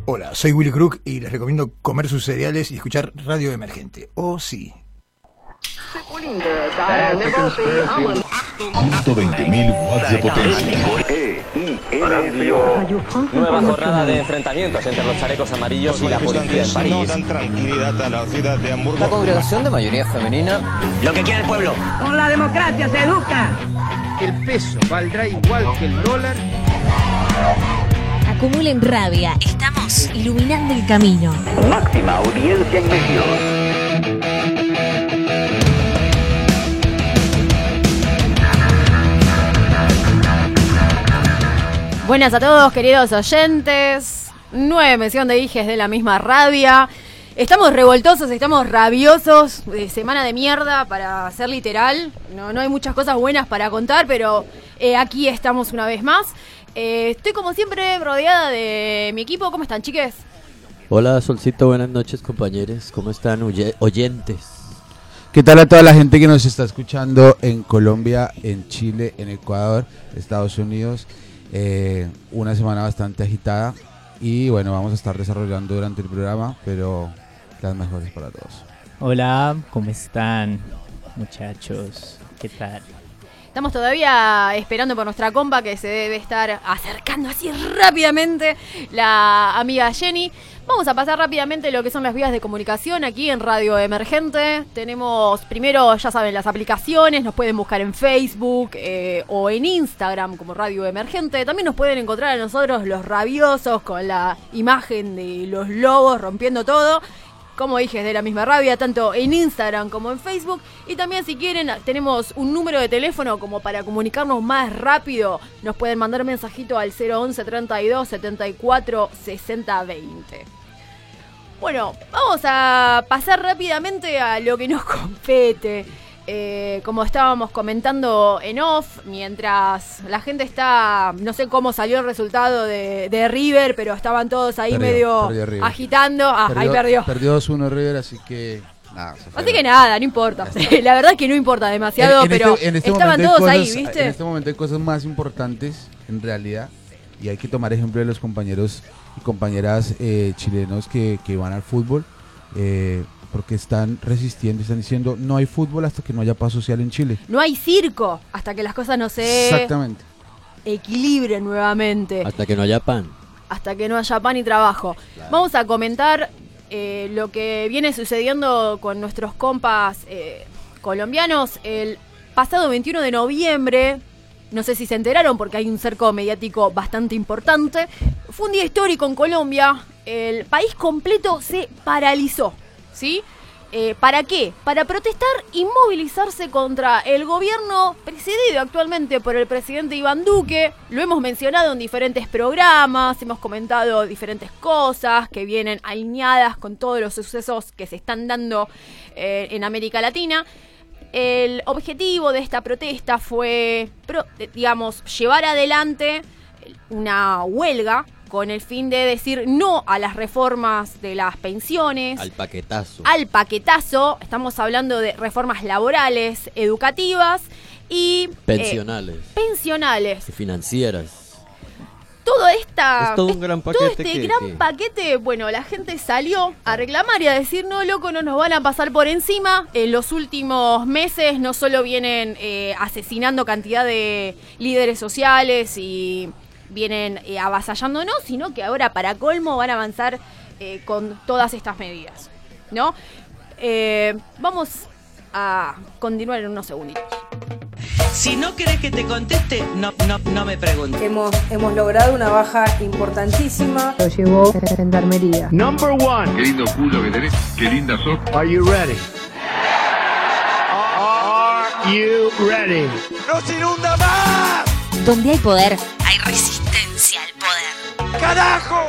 Hola, soy Willy Crook y les recomiendo comer sus cereales y escuchar Radio Emergente. Oh, sí. 120.000 watts de potencia. Nueva jornada de enfrentamientos entre los chalecos amarillos y la policía en París. No dan tranquilidad a la ciudad de Hamburgo. La congregación de mayoría femenina. Lo que quiere el pueblo. Con la democracia se educa. El peso valdrá igual que el dólar. Acumulen rabia, estamos iluminando el camino. Máxima audiencia en medios. Buenas a todos, queridos oyentes. Nueva emisión de Hijes de la misma rabia. Estamos revoltosos, estamos rabiosos. Semana de mierda, para ser literal. No hay muchas cosas buenas para contar, pero aquí estamos una vez más. Estoy como siempre rodeada de mi equipo. ¿Cómo están, chiques? Hola, Solcito, buenas noches, compañeros. ¿Cómo están, oyentes? ¿Qué tal a toda la gente que nos está escuchando en Colombia, en Chile, en Ecuador, Estados Unidos? Una semana bastante agitada y bueno, vamos a estar desarrollando durante el programa, pero las mejores para todos. Hola, ¿cómo están, muchachos? ¿Qué tal? Estamos todavía esperando por nuestra compa, que se debe estar acercando así rápidamente, la amiga Jenny. Vamos a pasar rápidamente lo que son las vías de comunicación aquí en Radio Emergente. Tenemos primero, ya saben, las aplicaciones. Nos pueden buscar en Facebook o en Instagram como Radio Emergente. También nos pueden encontrar a nosotros, los rabiosos, con la imagen de los lobos rompiendo todo. Como Hijes de la misma rabia, tanto en Instagram como en Facebook. Y también, si quieren, tenemos un número de teléfono como para comunicarnos más rápido. Nos pueden mandar mensajito al 011 32 74 60 20. Bueno, vamos a pasar rápidamente a lo que nos compete. Como estábamos comentando en off, mientras la gente está... No sé cómo salió el resultado de River, pero estaban todos ahí medio agitando. Ahí perdió. Perdió 2-1 River, así que... Así que nada, no importa. La verdad es que no importa demasiado, pero estaban todos ahí, ¿viste? En este momento hay cosas más importantes, en realidad, y hay que tomar ejemplo de los compañeros y compañeras chilenos que van al fútbol, porque están resistiendo, están diciendo no hay fútbol hasta que no haya paz social en Chile. No hay circo hasta que las cosas no se equilibren nuevamente. Hasta que no haya pan. Hasta que no haya pan y trabajo. Claro. Vamos a comentar lo que viene sucediendo con nuestros compas colombianos. El pasado 21 de noviembre, no sé si se enteraron porque hay un cerco mediático bastante importante, fue un día histórico en Colombia. El país completo se paralizó, ¿sí? ¿Para qué? Para protestar y movilizarse contra el gobierno presidido actualmente por el presidente Iván Duque. Lo hemos mencionado en diferentes programas, hemos comentado diferentes cosas que vienen alineadas con todos los sucesos que se están dando en América Latina. El objetivo de esta protesta fue, llevar adelante una huelga con el fin de decir no a las reformas de las pensiones. Al paquetazo. Estamos hablando de reformas laborales, educativas y... pensionales. Y financieras. Es todo un gran paquete. Todo este gran paquete, bueno, la gente salió a reclamar y a decir, no, loco, no nos van a pasar por encima. En los últimos meses no solo vienen asesinando cantidad de líderes sociales y vienen avasallándonos, sino que ahora, para colmo, van a avanzar con todas estas medidas, ¿no? Vamos a continuar en unos segunditos. Si no querés que te conteste, no me preguntes. Hemos logrado una baja importantísima. Lo llevó a Gendarmería. Number 1. Qué lindo culo que tenés, qué linda sos. Are you ready? Are you ready? ¡No se inunda más! Donde hay poder, hay resistencia al poder. ¡Carajo!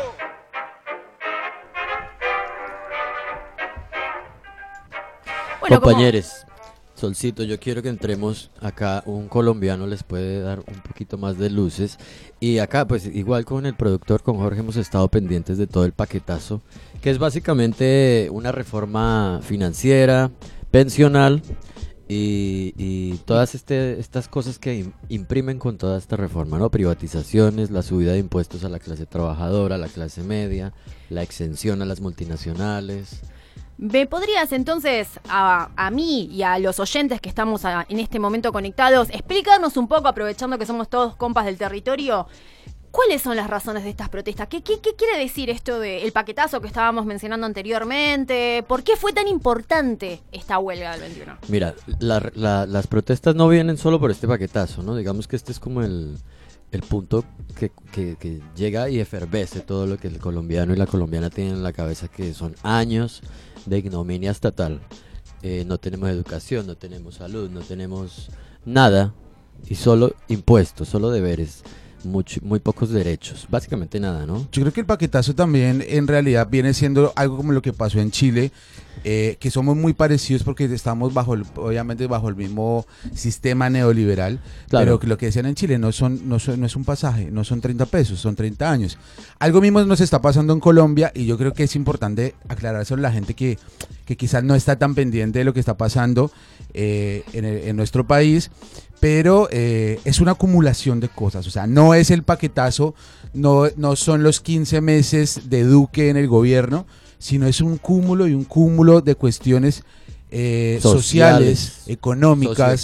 Bueno, compañeros, Solcito, yo quiero que entremos acá. Un colombiano les puede dar un poquito más de luces. Y acá, pues igual con el productor, con Jorge, hemos estado pendientes de todo el paquetazo, que es básicamente una reforma financiera, pensional y todas estas cosas que imprimen con toda esta reforma, ¿no? Privatizaciones, la subida de impuestos a la clase trabajadora, a la clase media, la exención a las multinacionales. ¿Me podrías entonces a mí y a los oyentes que estamos en este momento conectados explicarnos un poco, aprovechando que somos todos compas del territorio, cuáles son las razones de estas protestas? ¿Qué quiere decir esto del paquetazo que estábamos mencionando anteriormente? ¿Por qué fue tan importante esta huelga del 21? Mira, las protestas no vienen solo por este paquetazo, ¿no? Digamos que este es como el punto que llega y efervece todo lo que el colombiano y la colombiana tienen en la cabeza, que son años de ignominia estatal. No tenemos educación, no tenemos salud, no tenemos nada, y solo impuestos, solo deberes, muy pocos derechos, básicamente nada, ¿no? Yo creo que el paquetazo también en realidad viene siendo algo como lo que pasó en Chile, que somos muy parecidos porque estamos obviamente bajo el mismo sistema neoliberal, claro. Pero que lo que decían en Chile no es un pasaje, no son 30 pesos, son 30 años. Algo mismo nos está pasando en Colombia, y yo creo que es importante aclarar sobre la gente que quizás no está tan pendiente de lo que está pasando en nuestro país, pero es una acumulación de cosas. O sea, no es el paquetazo, no son los 15 meses de Duque en el gobierno, sino es un cúmulo de cuestiones sociales, económicas,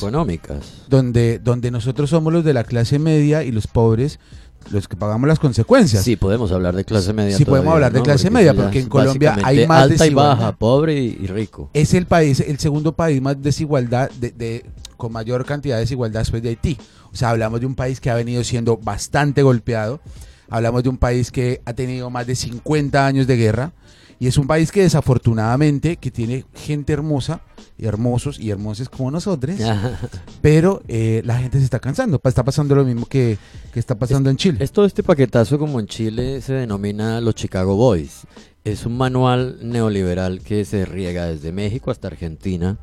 donde nosotros somos los de la clase media y los pobres los que pagamos las consecuencias. Sí, podemos hablar de clase media. Sí, podemos hablar de clase media, porque en Colombia hay más alta y baja, pobre y rico. Es el segundo país más desigualdad, con mayor cantidad de desigualdad después de Haití. O sea, hablamos de un país que ha venido siendo bastante golpeado, hablamos de un país que ha tenido más de 50 años de guerra, y es un país que desafortunadamente que tiene gente hermosa, y hermosos y hermosas como nosotros, pero la gente se está cansando. Está pasando lo mismo que está pasando en Chile. Todo este paquetazo, como en Chile se denomina los Chicago Boys. Es un manual neoliberal que se riega desde México hasta Argentina.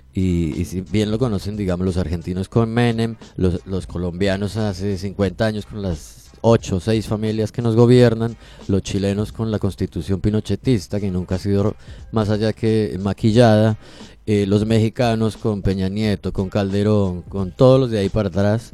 Y si bien lo conocen, digamos, los argentinos con Menem, los colombianos hace 50 años con las 8 o 6 familias que nos gobiernan, los chilenos con la constitución pinochetista, que nunca ha sido más allá que maquillada, los mexicanos con Peña Nieto, con Calderón, con todos los de ahí para atrás,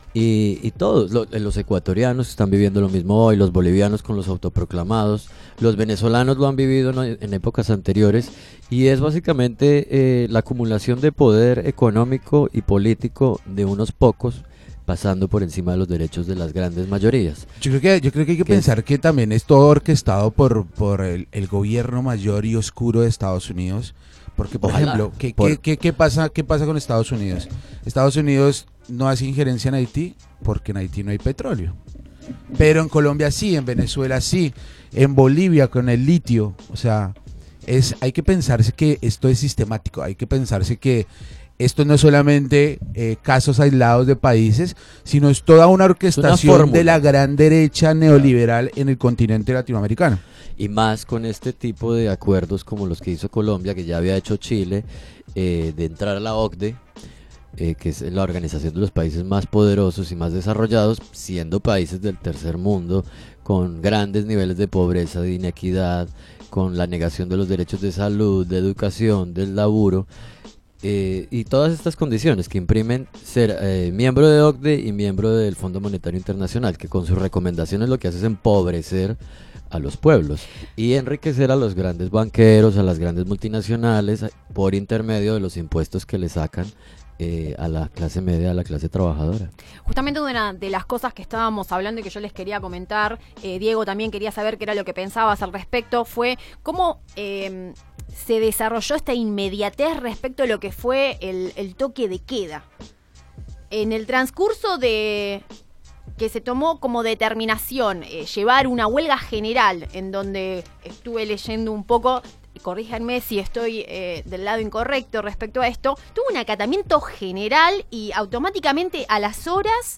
y todos, los ecuatorianos están viviendo lo mismo hoy, los bolivianos con los autoproclamados, los venezolanos lo han vivido en épocas anteriores, y es básicamente la acumulación de poder económico y político de unos pocos, pasando por encima de los derechos de las grandes mayorías. Yo creo que hay que pensar que también es todo orquestado por el gobierno mayor y oscuro de Estados Unidos. Porque, por ejemplo, ¿qué pasa con Estados Unidos? Estados Unidos no hace injerencia en Haití porque en Haití no hay petróleo. Pero en Colombia sí, en Venezuela sí, en Bolivia con el litio. O sea, hay que pensarse que esto es sistemático, hay que pensarse que esto no es solamente casos aislados de países, sino es toda una orquestación de la gran derecha neoliberal en el continente latinoamericano. Y más con este tipo de acuerdos como los que hizo Colombia, que ya había hecho Chile, de entrar a la OCDE, que es la organización de los países más poderosos y más desarrollados, siendo países del tercer mundo, con grandes niveles de pobreza, de inequidad, con la negación de los derechos de salud, de educación, del laburo, y todas estas condiciones que imprimen ser miembro de OCDE y miembro del Fondo Monetario Internacional, que con sus recomendaciones lo que hace es empobrecer a los pueblos y enriquecer a los grandes banqueros, a las grandes multinacionales, por intermedio de los impuestos que le sacan a la clase media, a la clase trabajadora. Justamente una de las cosas que estábamos hablando y que yo les quería comentar, Diego también quería saber qué era lo que pensabas al respecto, fue cómo se desarrolló esta inmediatez respecto a lo que fue el toque de queda. En el transcurso de que se tomó como determinación llevar una huelga general, en donde estuve leyendo un poco, corríjanme si estoy del lado incorrecto respecto a esto, tuvo un acatamiento general y automáticamente a las horas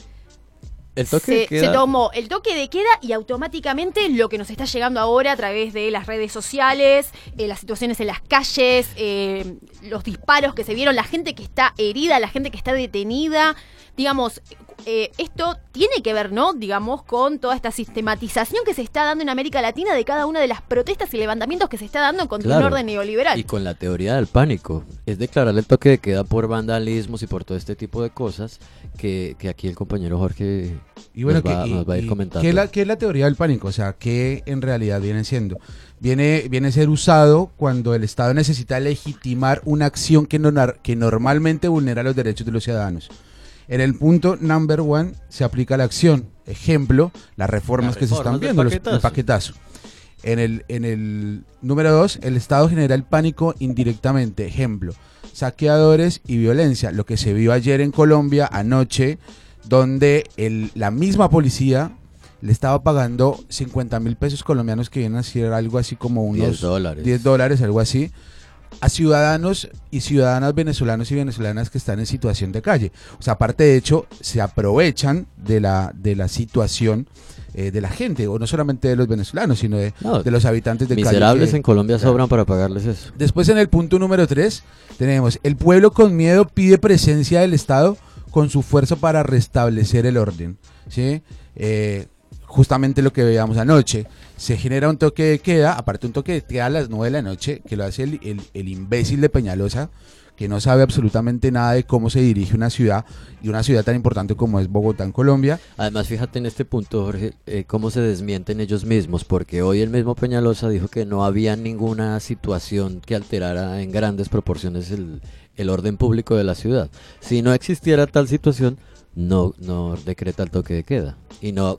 se tomó el toque de queda, y automáticamente lo que nos está llegando ahora a través de las redes sociales, las situaciones en las calles, los disparos que se vieron, la gente que está herida, la gente que está detenida. digamos, esto tiene que ver, ¿no? Digamos, con toda esta sistematización que se está dando en América Latina de cada una de las protestas y levantamientos que se está dando contra un orden neoliberal. Y con la teoría del pánico. Es declarar el toque de queda por vandalismos y por todo este tipo de cosas que aquí el compañero Jorge nos va a ir comentando. ¿Qué es la teoría del pánico? O sea, ¿qué en realidad viene siendo? Viene a ser usado cuando el Estado necesita legitimar una acción que normalmente vulnera los derechos de los ciudadanos. En el punto number 1 se aplica la acción. Ejemplo, las reformas que se están viendo, el paquetazo. En el número 2, el Estado genera el pánico indirectamente. Ejemplo, saqueadores y violencia. Lo que se vio ayer en Colombia, anoche, donde la misma policía le estaba pagando 50.000 pesos colombianos, que vienen a ser algo así como unos $10, algo así, a ciudadanos y ciudadanas venezolanos y venezolanas que están en situación de calle. O sea, aparte de hecho, se aprovechan de la situación de la gente, o no solamente de los venezolanos, sino de los habitantes de calle. Miserables en Colombia sobran para pagarles eso. Después, en el punto número 3, tenemos: el pueblo con miedo pide presencia del Estado con su fuerza para restablecer el orden. ¿Sí? Justamente lo que veíamos anoche, se genera un toque de queda, aparte un toque de queda a las 9 de la noche, que lo hace el imbécil de Peñalosa, que no sabe absolutamente nada de cómo se dirige una ciudad, y una ciudad tan importante como es Bogotá en Colombia. Además, fíjate en este punto, Jorge, cómo se desmienten ellos mismos, porque hoy el mismo Peñalosa dijo que no había ninguna situación que alterara en grandes proporciones el orden público de la ciudad. Si no existiera tal situación, no decreta el toque de queda y no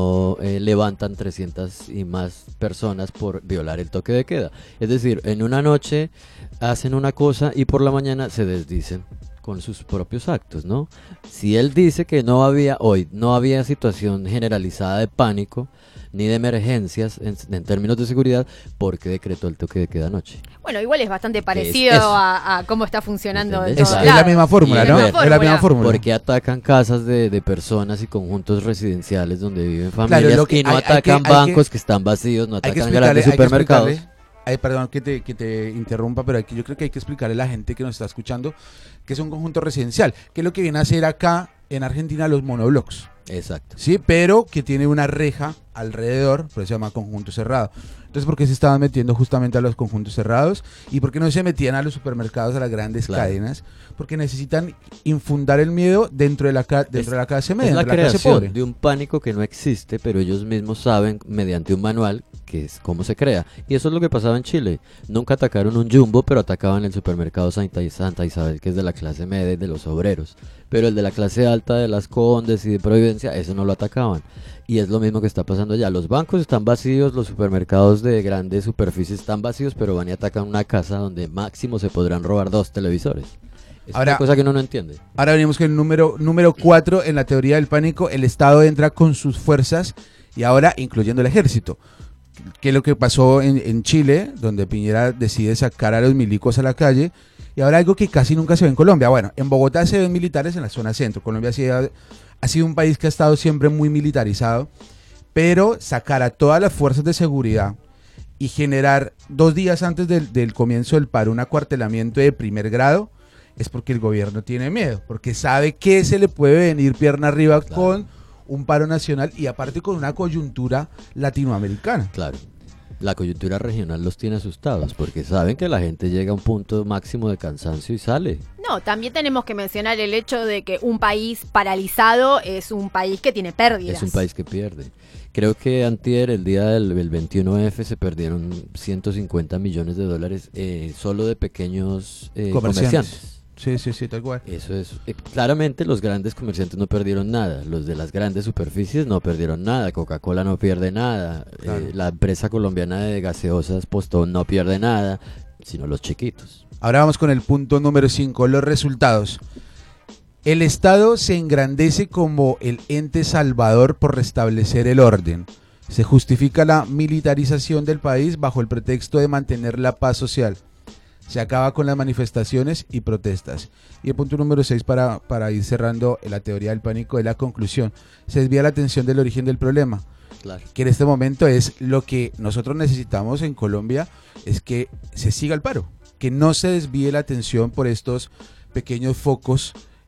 levantan 300 y más personas por violar el toque de queda. Es decir, en una noche hacen una cosa y por la mañana se desdicen con sus propios actos, ¿no? Si él dice que no había situación generalizada de pánico ni de emergencias en términos de seguridad, ¿por qué decretó el toque de queda anoche? Bueno, igual es bastante parecido a cómo está funcionando en todos lados. Es la misma fórmula, ¿no? Es la misma fórmula. Porque atacan casas de personas y conjuntos residenciales donde viven familias, claro, y no atacan bancos que están vacíos, no atacan grandes supermercados. Perdón que te interrumpa, pero yo creo que hay que explicarle a la gente que nos está escuchando que es un conjunto residencial, que es lo que viene a hacer acá en Argentina los monoblocks. Exacto. Sí, pero que tiene una reja alrededor, por eso se llama conjunto cerrado. Entonces, ¿por qué se estaban metiendo justamente a los conjuntos cerrados? ¿Y por qué no se metían a los supermercados, a las grandes cadenas? Porque necesitan infundar el miedo dentro de la clase media, es la dentro de la clase pobre. De un pánico que no existe, pero ellos mismos saben, mediante un manual, que es cómo se crea. Y eso es lo que pasaba en Chile. Nunca atacaron un Jumbo, pero atacaban el supermercado Santa Isabel, que es de la clase media, de los obreros. Pero el de la clase alta, de las Condes y de Providencia, eso no lo atacaban. Y es lo mismo que está pasando allá. Los bancos están vacíos, los supermercados de grandes superficies están vacíos, pero van y atacan una casa donde máximo se podrán robar 2 televisores. Es una cosa que uno no entiende. Ahora venimos con el número 4 en la teoría del pánico. El Estado entra con sus fuerzas, y ahora incluyendo el ejército. ¿Qué es lo que pasó en Chile, donde Piñera decide sacar a los milicos a la calle? Y ahora algo que casi nunca se ve en Colombia. Bueno, en Bogotá se ven militares en la zona centro. Colombia ha sido un país que ha estado siempre muy militarizado, pero sacar a todas las fuerzas de seguridad y generar 2 días antes del comienzo del paro un acuartelamiento de primer grado es porque el gobierno tiene miedo, porque sabe que se le puede venir pierna arriba, claro, con un paro nacional y aparte con una coyuntura latinoamericana. Claro. La coyuntura regional los tiene asustados porque saben que la gente llega a un punto máximo de cansancio y sale. No, también tenemos que mencionar el hecho de que un país paralizado es un país que tiene pérdidas. Es un país que pierde. Creo que antier, el día del 21F, se perdieron $150 millones solo de pequeños comerciantes. Sí, tal cual. Eso es. Claramente los grandes comerciantes no perdieron nada, los de las grandes superficies no perdieron nada, Coca-Cola no pierde nada, claro. La empresa colombiana de gaseosas Postón no pierde nada, sino los chiquitos. Ahora vamos con el punto número 5, los resultados. El Estado se engrandece como el ente salvador por restablecer el orden. Se justifica la militarización del país bajo el pretexto de mantener la paz social. Se acaba con las manifestaciones y protestas. Y el punto número 6, para ir cerrando la teoría del pánico, es la conclusión. Se desvía la atención del origen del problema. Claro. Que en este momento es lo que nosotros necesitamos en Colombia, es que se siga el paro. Que no se desvíe la atención por estos pequeños focos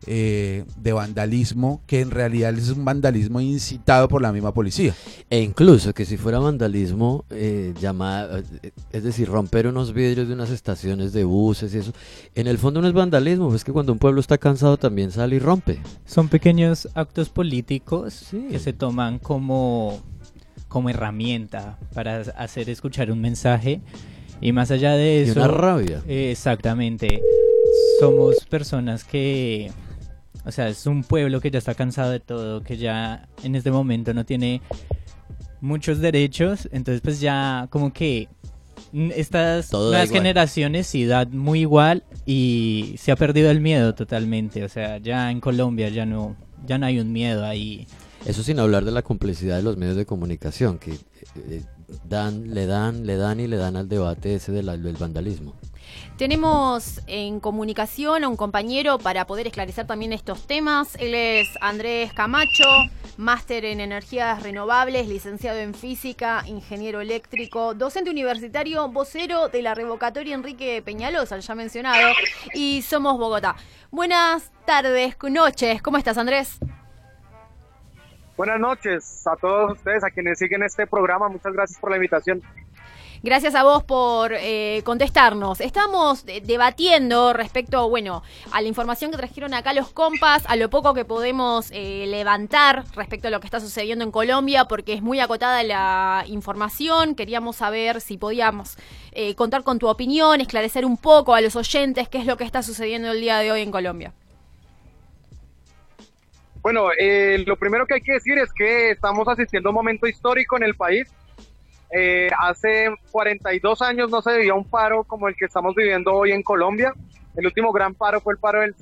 de vandalismo, que en realidad es un vandalismo incitado por la misma policía. E incluso que si fuera vandalismo, es decir, romper unos vidrios de unas estaciones de buses y eso, en el fondo no es vandalismo, es que cuando un pueblo está cansado también sale y rompe. Son pequeños actos políticos que se toman como herramienta para hacer escuchar un mensaje, y más allá de eso... Y una rabia. Exactamente. Somos personas que... O sea, es un pueblo que ya está cansado de todo, que ya en este momento no tiene muchos derechos, entonces pues ya como que estas todo nuevas generaciones sí dan muy igual y se ha perdido el miedo totalmente. O sea, ya en Colombia ya no hay un miedo ahí. Eso sin hablar de la complicidad de los medios de comunicación que le dan al debate ese del vandalismo. Tenemos en comunicación a un compañero para poder esclarecer también estos temas. Él es Andrés Camacho, máster en energías renovables, licenciado en física, ingeniero eléctrico, docente universitario, vocero de la revocatoria Enrique Peñalosa, ya mencionado, y Somos Bogotá. Buenas tardes, noches, ¿cómo estás, Andrés? Buenas noches a todos ustedes, a quienes siguen este programa, muchas gracias por la invitación. Gracias a vos por contestarnos. Estamos debatiendo respecto, a la información que trajeron acá los compas, a lo poco que podemos levantar respecto a lo que está sucediendo en Colombia, porque es muy acotada la información. Queríamos saber si podíamos contar con tu opinión, esclarecer un poco a los oyentes qué es lo que está sucediendo el día de hoy en Colombia. Bueno, lo primero que hay que decir es que estamos asistiendo a un momento histórico en el país. Hace 42 años no se vivía un paro como el que estamos viviendo hoy en Colombia. El último gran paro fue el paro del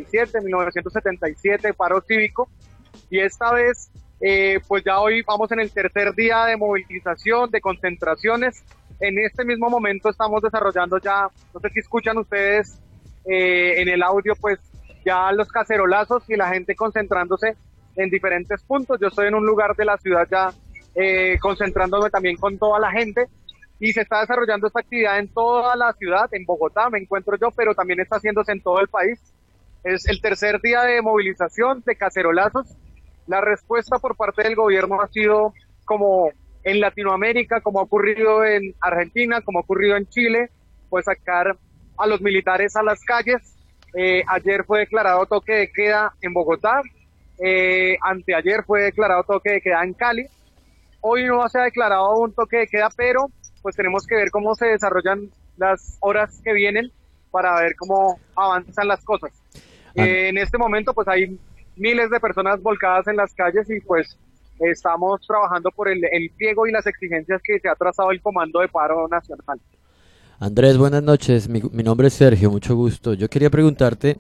1977, paro cívico. Y esta vez, pues ya hoy vamos en el tercer día de movilización, de concentraciones. En este mismo momento estamos desarrollando ya, no sé si escuchan ustedes en el audio, pues ya los cacerolazos y la gente concentrándose en diferentes puntos. Yo estoy en un lugar de la ciudad ya concentrándome también con toda la gente, y se está desarrollando esta actividad en toda la ciudad. En Bogotá me encuentro yo, pero también está haciéndose en todo el país. Es el tercer día de movilización, de cacerolazos. La respuesta por parte del gobierno ha sido como en Latinoamérica, como ha ocurrido en Argentina, como ha ocurrido en Chile, pues sacar a los militares a las calles. Ayer fue declarado toque de queda en Bogotá, anteayer fue declarado toque de queda en Cali. Hoy no se ha declarado un toque de queda, pero pues tenemos que ver cómo se desarrollan las horas que vienen para ver cómo avanzan las cosas. En este momento pues hay miles de personas volcadas en las calles y pues estamos trabajando por el pliego y las exigencias que se ha trazado el Comando de Paro Nacional. Andrés, buenas noches, mi nombre es Sergio, mucho gusto. Yo quería preguntarte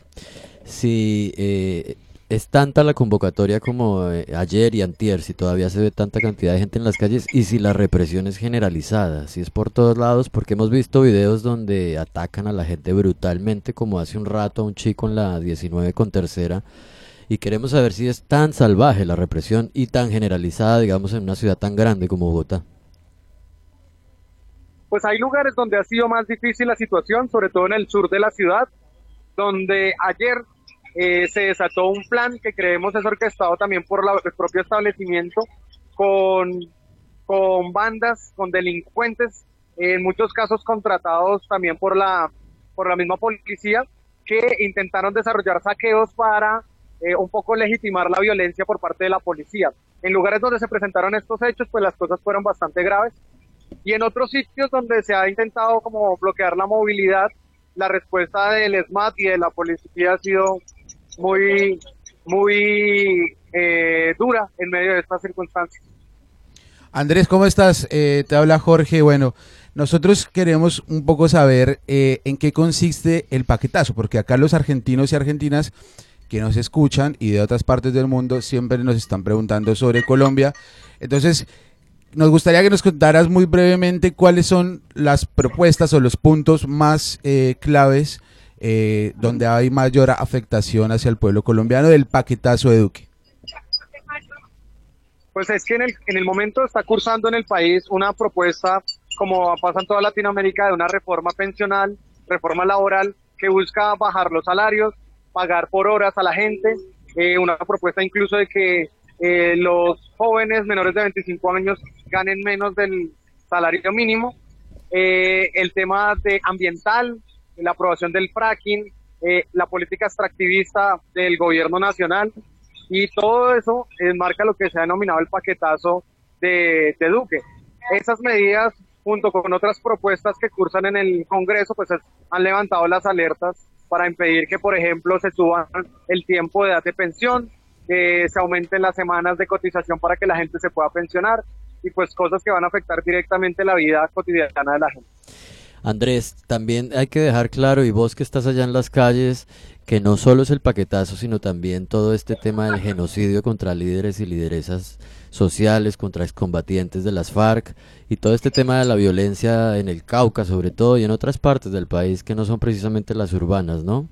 si es tanta la convocatoria como ayer y antier, si todavía se ve tanta cantidad de gente en las calles y si la represión es generalizada, si es por todos lados, porque hemos visto videos donde atacan a la gente brutalmente, como hace un rato a un chico en la 19 con tercera, y queremos saber si es tan salvaje la represión y tan generalizada, digamos, en una ciudad tan grande como Bogotá. Pues hay lugares donde ha sido más difícil la situación, sobre todo en el sur de la ciudad, donde ayer se desató un plan que creemos es orquestado también por el propio establecimiento, con bandas, con delincuentes, en muchos casos contratados también por la misma policía, que intentaron desarrollar saqueos para un poco legitimar la violencia por parte de la policía. En lugares donde se presentaron estos hechos, pues las cosas fueron bastante graves, y en otros sitios donde se ha intentado como bloquear la movilidad, la respuesta del SMAT y de la policía ha sido muy dura en medio de estas circunstancias. Andrés, ¿cómo estás? Te habla Jorge. Bueno, nosotros queremos un poco saber en qué consiste el paquetazo, porque acá los argentinos y argentinas que nos escuchan y de otras partes del mundo siempre nos están preguntando sobre Colombia. Entonces, nos gustaría que nos contaras muy brevemente cuáles son las propuestas o los puntos más claves donde hay mayor afectación hacia el pueblo colombiano del paquetazo de Duque. Pues es que en el momento está cursando en el país una propuesta, como pasa en toda Latinoamérica, de una reforma pensional, reforma laboral, que busca bajar los salarios, pagar por horas a la gente, una propuesta incluso de que los jóvenes menores de 25 años ganen menos del salario mínimo, el tema de ambiental, la aprobación del fracking, la política extractivista del gobierno nacional, y todo eso marca lo que se ha denominado el paquetazo de Duque. Esas medidas, junto con otras propuestas que cursan en el Congreso, pues han levantado las alertas para impedir que, por ejemplo, se suban el tiempo de edad de pensión, que se aumenten las semanas de cotización para que la gente se pueda pensionar, y pues cosas que van a afectar directamente la vida cotidiana de la gente. Andrés, también hay que dejar claro, y vos que estás allá en las calles, que no solo es el paquetazo, sino también todo este tema del genocidio contra líderes y lideresas sociales, contra excombatientes de las FARC, y todo este tema de la violencia en el Cauca sobre todo, y en otras partes del país que no son precisamente las urbanas, ¿no?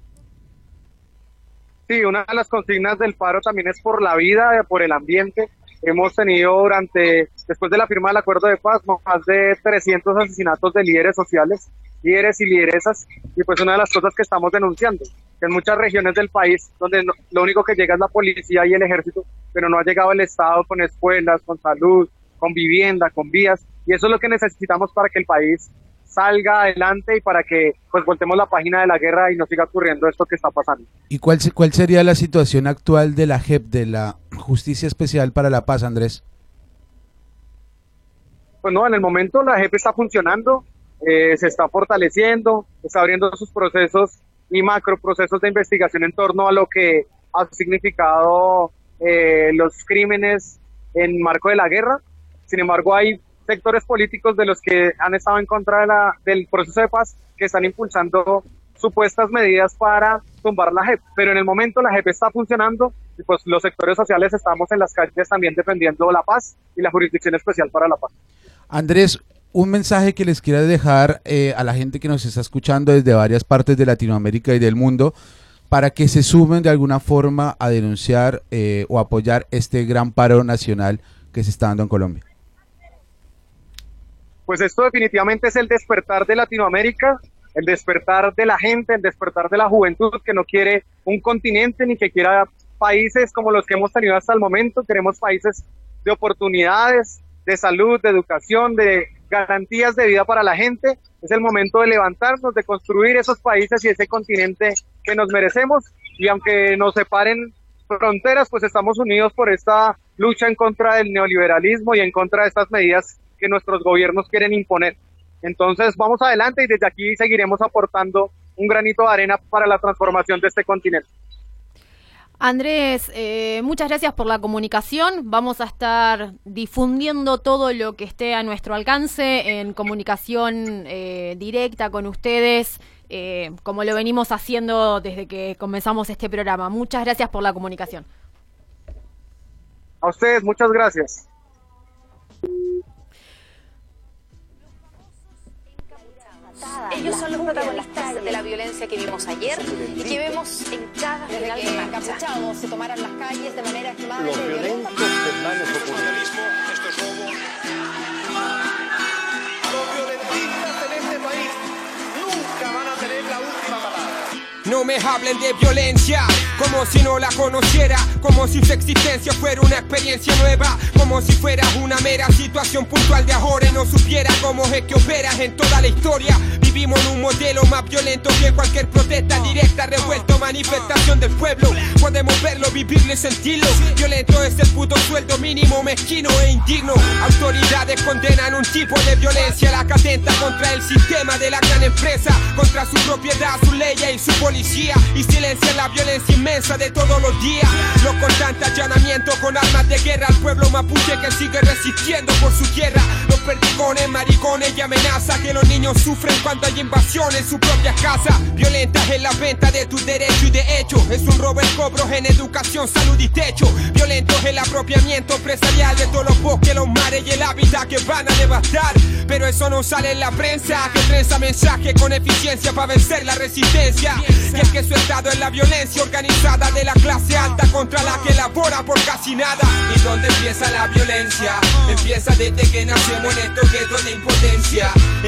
Sí, una de las consignas del paro también es por la vida, por el ambiente. Hemos tenido después de la firma del acuerdo de paz, más de 300 asesinatos de líderes sociales, líderes y lideresas, y pues una de las cosas que estamos denunciando, que en muchas regiones del país, donde lo único que llega es la policía y el ejército, pero no ha llegado el Estado con escuelas, con salud, con vivienda, con vías, y eso es lo que necesitamos para que el país salga adelante y para que pues voltemos la página de la guerra y no siga ocurriendo esto que está pasando. ¿Y cuál sería la situación actual de la JEP, de la Justicia Especial para la Paz, Andrés? Pues no, en el momento la JEP está funcionando, se está fortaleciendo, está abriendo sus procesos y macroprocesos de investigación en torno a lo que ha significado los crímenes en marco de la guerra. Sin embargo, hay sectores políticos de los que han estado en contra del proceso de paz que están impulsando supuestas medidas para tumbar la JEP, pero en el momento la JEP está funcionando y pues los sectores sociales estamos en las calles también defendiendo la paz y la Jurisdicción Especial para la Paz. Andrés, un mensaje que les quieras dejar a la gente que nos está escuchando desde varias partes de Latinoamérica y del mundo para que se sumen de alguna forma a denunciar o apoyar este gran paro nacional que se está dando en Colombia. Pues esto definitivamente es el despertar de Latinoamérica, el despertar de la gente, el despertar de la juventud que no quiere un continente ni que quiera países como los que hemos tenido hasta el momento. Queremos países de oportunidades, de salud, de educación, de garantías de vida para la gente. Es el momento de levantarnos, de construir esos países y ese continente que nos merecemos, y aunque nos separen fronteras, pues estamos unidos por esta lucha en contra del neoliberalismo y en contra de estas medidas que nuestros gobiernos quieren imponer. Entonces vamos adelante y desde aquí seguiremos aportando un granito de arena para la transformación de este continente. Andrés, muchas gracias por la comunicación. Vamos a estar difundiendo todo lo que esté a nuestro alcance en comunicación directa con ustedes, como lo venimos haciendo desde que comenzamos este programa. Muchas gracias por la comunicación. A ustedes, muchas gracias. Ellos son los protagonistas de la violencia que vimos ayer y que vemos en cada final de marcha. Encapuchados se tomaran las calles de manera extremadamente violenta. Esto es robo. Los violentistas en este país nunca van a tener la última palabra. No me hablen de violencia, como si no la conociera, como si su existencia fuera una experiencia nueva, como si fuera una mera situación puntual de ahora y no supiera cómo es que operas en toda la historia. Vivimos en un modelo más violento que cualquier protesta directa, revuelto, manifestación del pueblo. Podemos verlo, vivirlo y sentirlo. Violento es el puto sueldo mínimo, mezquino e indigno. Autoridades condenan un tipo de violencia, la que atenta contra el sistema de la gran empresa, contra su propiedad, su ley y su policía, y silencian la violencia inmensa de todos los días. Los constantes allanamientos con armas de guerra al pueblo mapuche que sigue resistiendo por su tierra. Los perdigones, maricones y amenazas que los niños sufren cuando hay invasión en su propia casa. Violentas en la venta de tus derechos y de hecho es un robo el cobro en educación, salud y techo. Violentos el apropiamiento empresarial de todos los bosques, los mares y el hábitat que van a devastar. Pero eso no sale en la prensa, que prensa mensaje con eficiencia para vencer la resistencia. Y es que su estado es la violencia organizada de la clase alta contra la que labora por casi nada. ¿Y dónde empieza la violencia? Empieza desde que nacemos en estos guetos de impotencia, en la cadena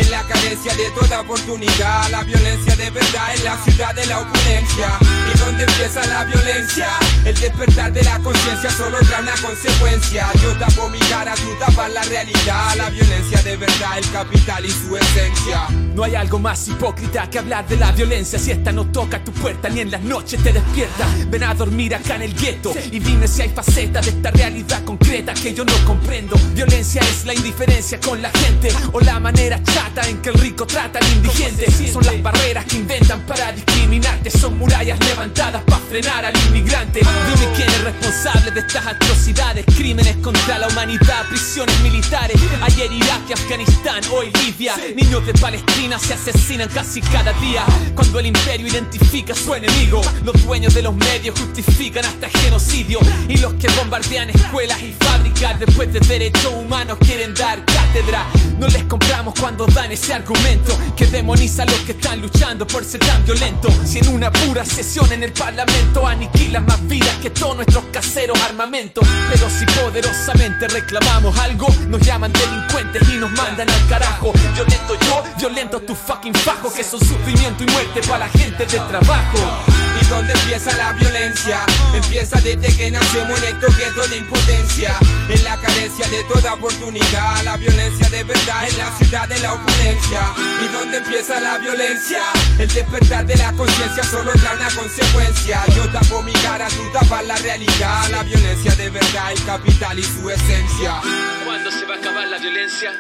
carencia de toda oportunidad. La violencia de verdad en la ciudad de la opulencia. ¿Y dónde empieza la violencia? El despertar de la conciencia solo trae una consecuencia. Yo tapo mi cara, tú tapas la realidad. La violencia de verdad, el capital y su esencia. No hay algo más hipócrita que hablar de la violencia. Si esta no toca tu puerta ni en las noches te despierta. Ven a dormir acá en el gueto y dime si hay facetas de esta realidad concreta que yo no comprendo. Violencia es la indiferencia con la gente o la manera chata en que el rico trata al indigente. Son las barreras que inventan para discriminarte. Son murallas levantadas para frenar al inmigrante. Dime quién es responsable de estas atrocidades. Crímenes contra la humanidad, prisiones militares. Ayer Irak y Afganistán, hoy Libia. Niños de Palestina se asesinan casi cada día. Cuando el imperio identifica a su enemigo, los dueños de los medios justifican hasta el genocidio. Y los que bombardean escuelas y fábricas después de derechos humanos quieren dar cátedra. No les compramos cuando dan ese argumento que demoniza a los que están luchando por ser tan violentos. Si en una pura sesión en el parlamento aniquilan más vidas que todos nuestros caseros armamentos. Pero si poderosamente reclamamos algo, nos llaman delincuentes y nos mandan al carajo. Violento yo, violento tu fucking fajo, que son sufrimiento y muerte para la gente del trabajo. ¿Y dónde empieza la violencia? Empieza desde que nacemos en estos guetos de impotencia. En la carencia de toda oportunidad. La violencia de verdad en la ciudad de la opulencia. ¿Y dónde empieza la violencia? El despertar de la conciencia solo trae una consecuencia. Yo tapo mi cara, tú tapas la realidad. La violencia de verdad, el capital y su esencia. ¿Cuándo se va a acabar la violencia?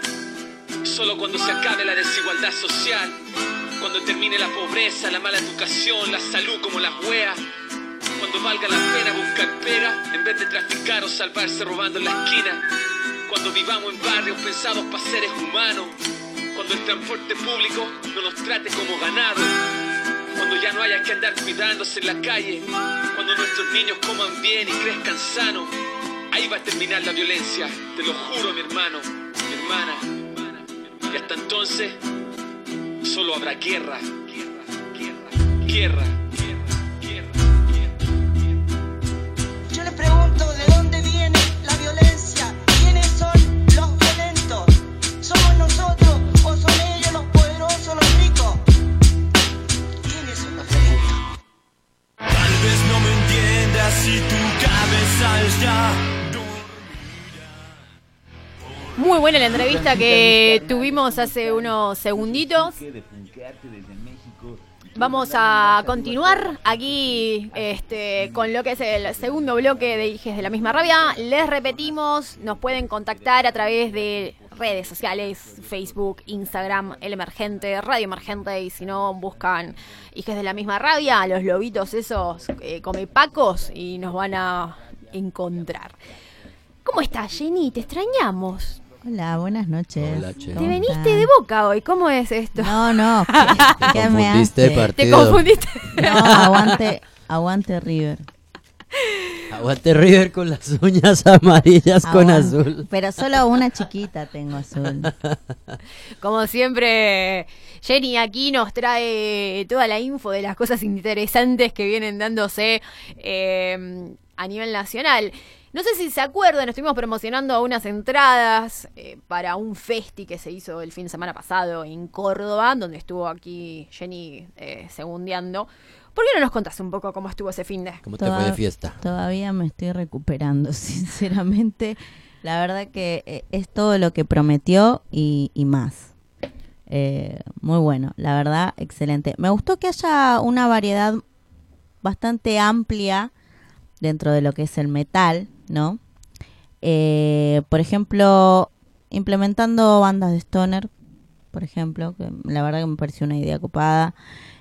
Solo cuando se acabe la desigualdad social. Cuando termine la pobreza, la mala educación, la salud como las weas. Cuando valga la pena buscar pega en vez de traficar o salvarse robando en la esquina. Cuando vivamos en barrios pensados para seres humanos. Cuando el transporte público no nos trate como ganado. Cuando ya no haya que andar cuidándose en la calle. Cuando nuestros niños coman bien y crezcan sanos. Ahí va a terminar la violencia, te lo juro, mi hermano, mi hermana. Y hasta entonces solo habrá guerra, guerra. Yo les pregunto, ¿de dónde viene la violencia? ¿Quiénes son los violentos? ¿Somos nosotros o son ellos los poderosos, los ricos? ¿Quiénes son los violentos? Tal vez no me entiendas si tu cabeza es ya. Muy buena la entrevista que tuvimos hace unos segunditos. Vamos a continuar aquí con lo que es el segundo bloque de Hijes de la Misma Rabia. Les repetimos, nos pueden contactar a través de redes sociales, Facebook, Instagram, El Emergente, Radio Emergente, y si no, buscan Hijes de la Misma Rabia, los lobitos esos comepacos, y nos van a encontrar. ¿Cómo estás, Jenny? Te extrañamos. Hola, buenas noches. Hola, Che. Te veniste de Boca hoy, ¿cómo es esto? No, ¿qué me confundiste hace? de partido. Te confundiste. No, aguante River. Aguante River con las uñas amarillas con azul. Pero solo una chiquita tengo azul. Como siempre, Jenny aquí nos trae toda la info de las cosas interesantes que vienen dándose a nivel nacional. No sé si se acuerdan, estuvimos promocionando unas entradas para un festi que se hizo el fin de semana pasado en Córdoba, donde estuvo aquí Jenny segundeando. ¿Por qué no nos contás un poco cómo estuvo ese fin de? ¿Cómo te fue de fiesta? Todavía me estoy recuperando, sinceramente. La verdad que es todo lo que prometió y más. Muy bueno, la verdad, excelente. Me gustó que haya una variedad bastante amplia dentro de lo que es el metal, ¿no? Por ejemplo, implementando bandas de stoner, por ejemplo, que la verdad que me pareció una idea copada.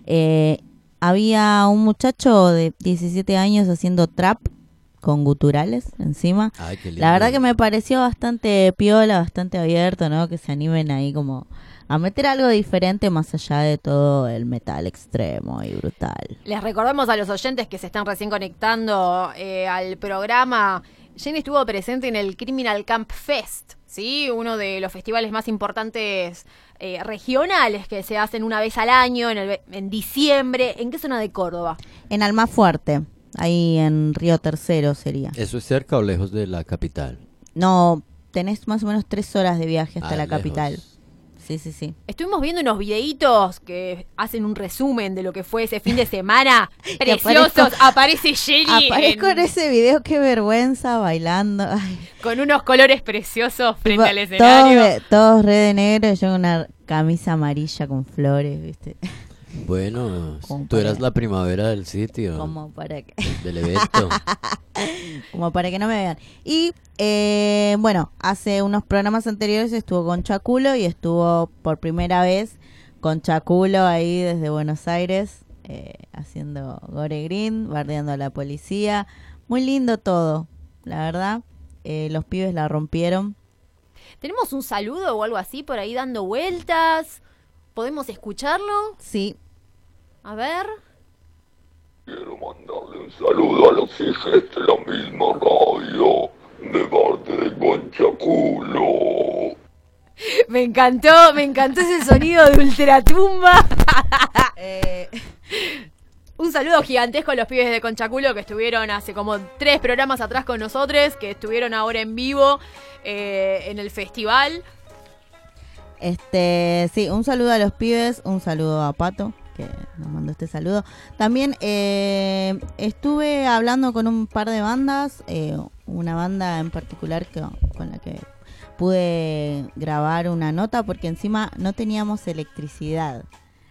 Había un muchacho de 17 años haciendo trap con guturales encima. Ay, qué lindo. La verdad que me pareció bastante piola, bastante abierto, ¿no? Que se animen ahí como a meter algo diferente más allá de todo el metal extremo y brutal. Les recordamos a los oyentes que se están recién conectando al programa. Jenny estuvo presente en el Criminal Camp Fest, ¿sí? Uno de los festivales más importantes regionales que se hacen una vez al año, en diciembre. ¿En qué zona de Córdoba? En Almafuerte, ahí en Río Tercero sería. ¿Eso es cerca o lejos de la capital? No, tenés más o menos 3 horas de viaje hasta la lejos. capital. Sí. Estuvimos viendo unos videitos que hacen un resumen de lo que fue ese fin de semana. Preciosos. Aparece Jenny. Aparezco en ese video, qué vergüenza, bailando. Ay. Con unos colores preciosos frente al escenario. Todos re de negro, yo con una camisa amarilla con flores, ¿viste? Bueno, tú eras la primavera del sitio. Como para que... Del evento. Como para que no me vean. Y bueno, hace unos programas anteriores estuvo con Chaculo y estuvo por primera vez con Chaculo ahí desde Buenos Aires, haciendo Gore Green, bardeando a la policía. Muy lindo todo, la verdad. Los pibes la rompieron. ¿Tenemos un saludo o algo así por ahí dando vueltas? ¿Podemos escucharlo? Sí. A ver. Quiero mandarle un saludo a los hijos de la misma radio, de parte de Conchaculo. Me encantó ese sonido de ultratumba. Un saludo gigantesco a los pibes de Conchaculo que estuvieron hace como 3 programas atrás con nosotros, que estuvieron ahora en vivo en el festival. Sí, un saludo a los pibes, un saludo a Pato, que nos mandó este saludo. También estuve hablando con un par de bandas, una banda en particular con la que pude grabar una nota, porque encima no teníamos electricidad.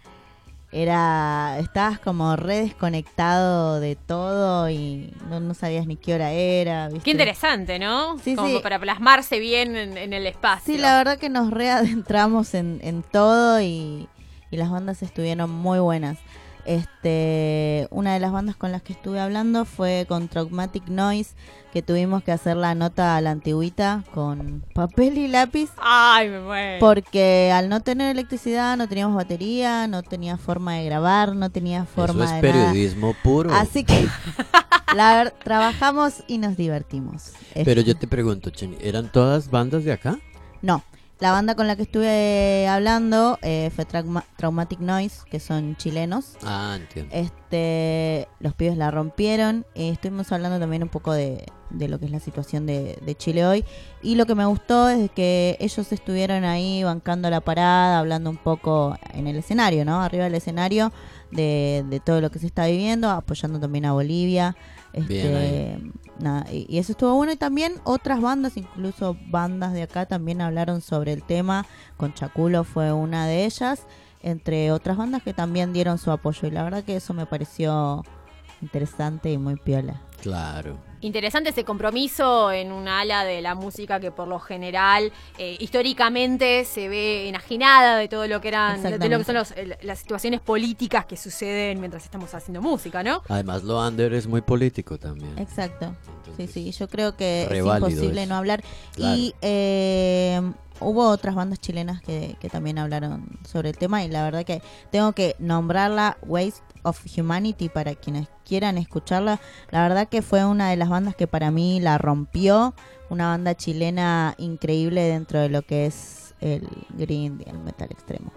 Estabas como re desconectado de todo y no sabías ni qué hora era, ¿viste? Qué interesante, ¿no? Sí, como sí. Para plasmarse bien en el espacio. Sí, la verdad que nos readentramos en todo y las bandas estuvieron muy buenas. Una de las bandas con las que estuve hablando fue con Traumatic Noise, que tuvimos que hacer la nota a la antigüita con papel y lápiz. ¡Ay, me muero! Porque al no tener electricidad no teníamos batería, no tenía forma de grabar, no tenía forma Eso de es periodismo puro. Así que trabajamos y nos divertimos. Pero yo te pregunto, Cheni, ¿eran todas bandas de acá? No. La banda con la que estuve hablando fue Traumatic Noise, que son chilenos. Ah, entiendo. Los pibes la rompieron. Estuvimos hablando también un poco de lo que es la situación de Chile hoy. Y lo que me gustó es que ellos estuvieron ahí bancando la parada, hablando un poco en el escenario, ¿no? Arriba del escenario, de todo lo que se está viviendo, apoyando también a Bolivia. Nada, y eso estuvo bueno. Y también otras bandas, incluso bandas de acá, también hablaron sobre el tema. Conchaculo fue una de ellas, entre otras bandas que también dieron su apoyo. Y la verdad que eso me pareció interesante y muy piola. Claro. Interesante ese compromiso en un ala de la música que por lo general históricamente se ve enajenada de todo lo que eran, de lo que son las situaciones políticas que suceden mientras estamos haciendo música, ¿no? Además lo under es muy político también. Exacto. Sí, yo creo que es eso. imposible no hablar. Claro. Y hubo otras bandas chilenas que también hablaron sobre el tema, y la verdad que tengo que nombrarla, Waste of Humanity, para quienes quieran escucharla. La verdad que fue una de las bandas que para mí la rompió, una banda chilena increíble dentro de lo que es el grind y el metal extremo.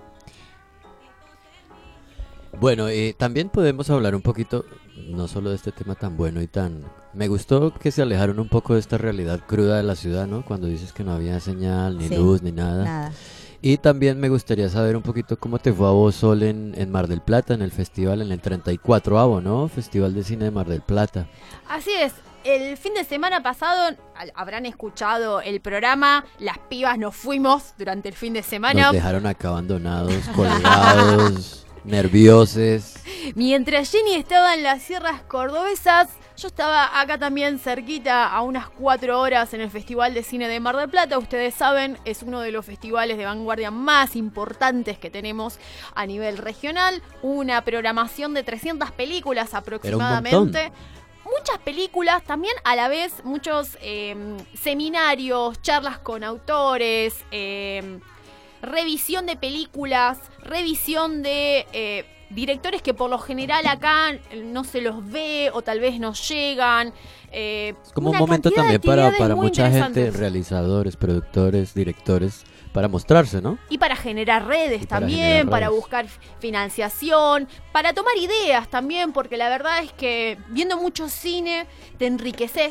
Bueno, también podemos hablar un poquito, no solo de este tema tan bueno y tan... Me gustó que se alejaron un poco de esta realidad cruda de la ciudad, ¿no? Cuando dices que no había señal, ni luz, ni nada. Y también me gustaría saber un poquito cómo te fue a vos, Sol, en Mar del Plata, en el festival, en el 34º, ¿no? Festival de Cine de Mar del Plata. Así es. El fin de semana pasado habrán escuchado el programa. Las pibas nos fuimos durante el fin de semana. Nos dejaron acá abandonados, colgados, nerviosos. Mientras Jenny estaba en las sierras cordobesas, yo estaba acá también cerquita, a unas 4 horas en el Festival de Cine de Mar del Plata. Ustedes saben, es uno de los festivales de vanguardia más importantes que tenemos a nivel regional. Una programación de 300 películas aproximadamente. Muchas películas, también a la vez muchos seminarios, charlas con autores, revisión de películas, revisión de directores que por lo general acá no se los ve o tal vez no llegan. Es como un momento también para mucha gente, realizadores, productores, directores, para mostrarse, ¿no? Y para generar redes también, para buscar financiación, para tomar ideas también, porque la verdad es que viendo mucho cine te enriqueces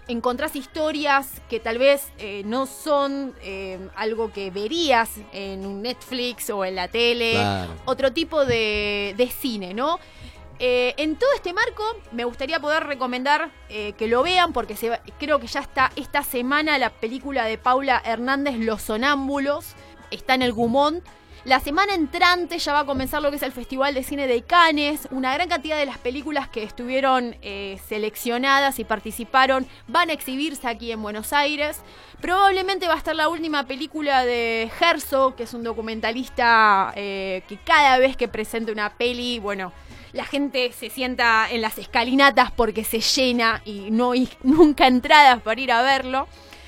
encontrás historias que tal vez no son algo que verías en un Netflix o en la tele, Claro. otro tipo de cine, ¿no? En todo este marco me gustaría poder recomendar que lo vean porque creo que ya está esta semana la película de Paula Hernández, Los Sonámbulos, está en el Gaumont. La semana entrante ya va a comenzar lo que es el Festival de Cine de Cannes. Una gran cantidad de las películas que estuvieron seleccionadas y participaron van a exhibirse aquí en Buenos Aires. Probablemente va a estar la última película de Herzog, que es un documentalista que cada vez que presenta una peli, bueno, la gente se sienta en las escalinatas porque se llena y no hay nunca entradas para ir a verlo.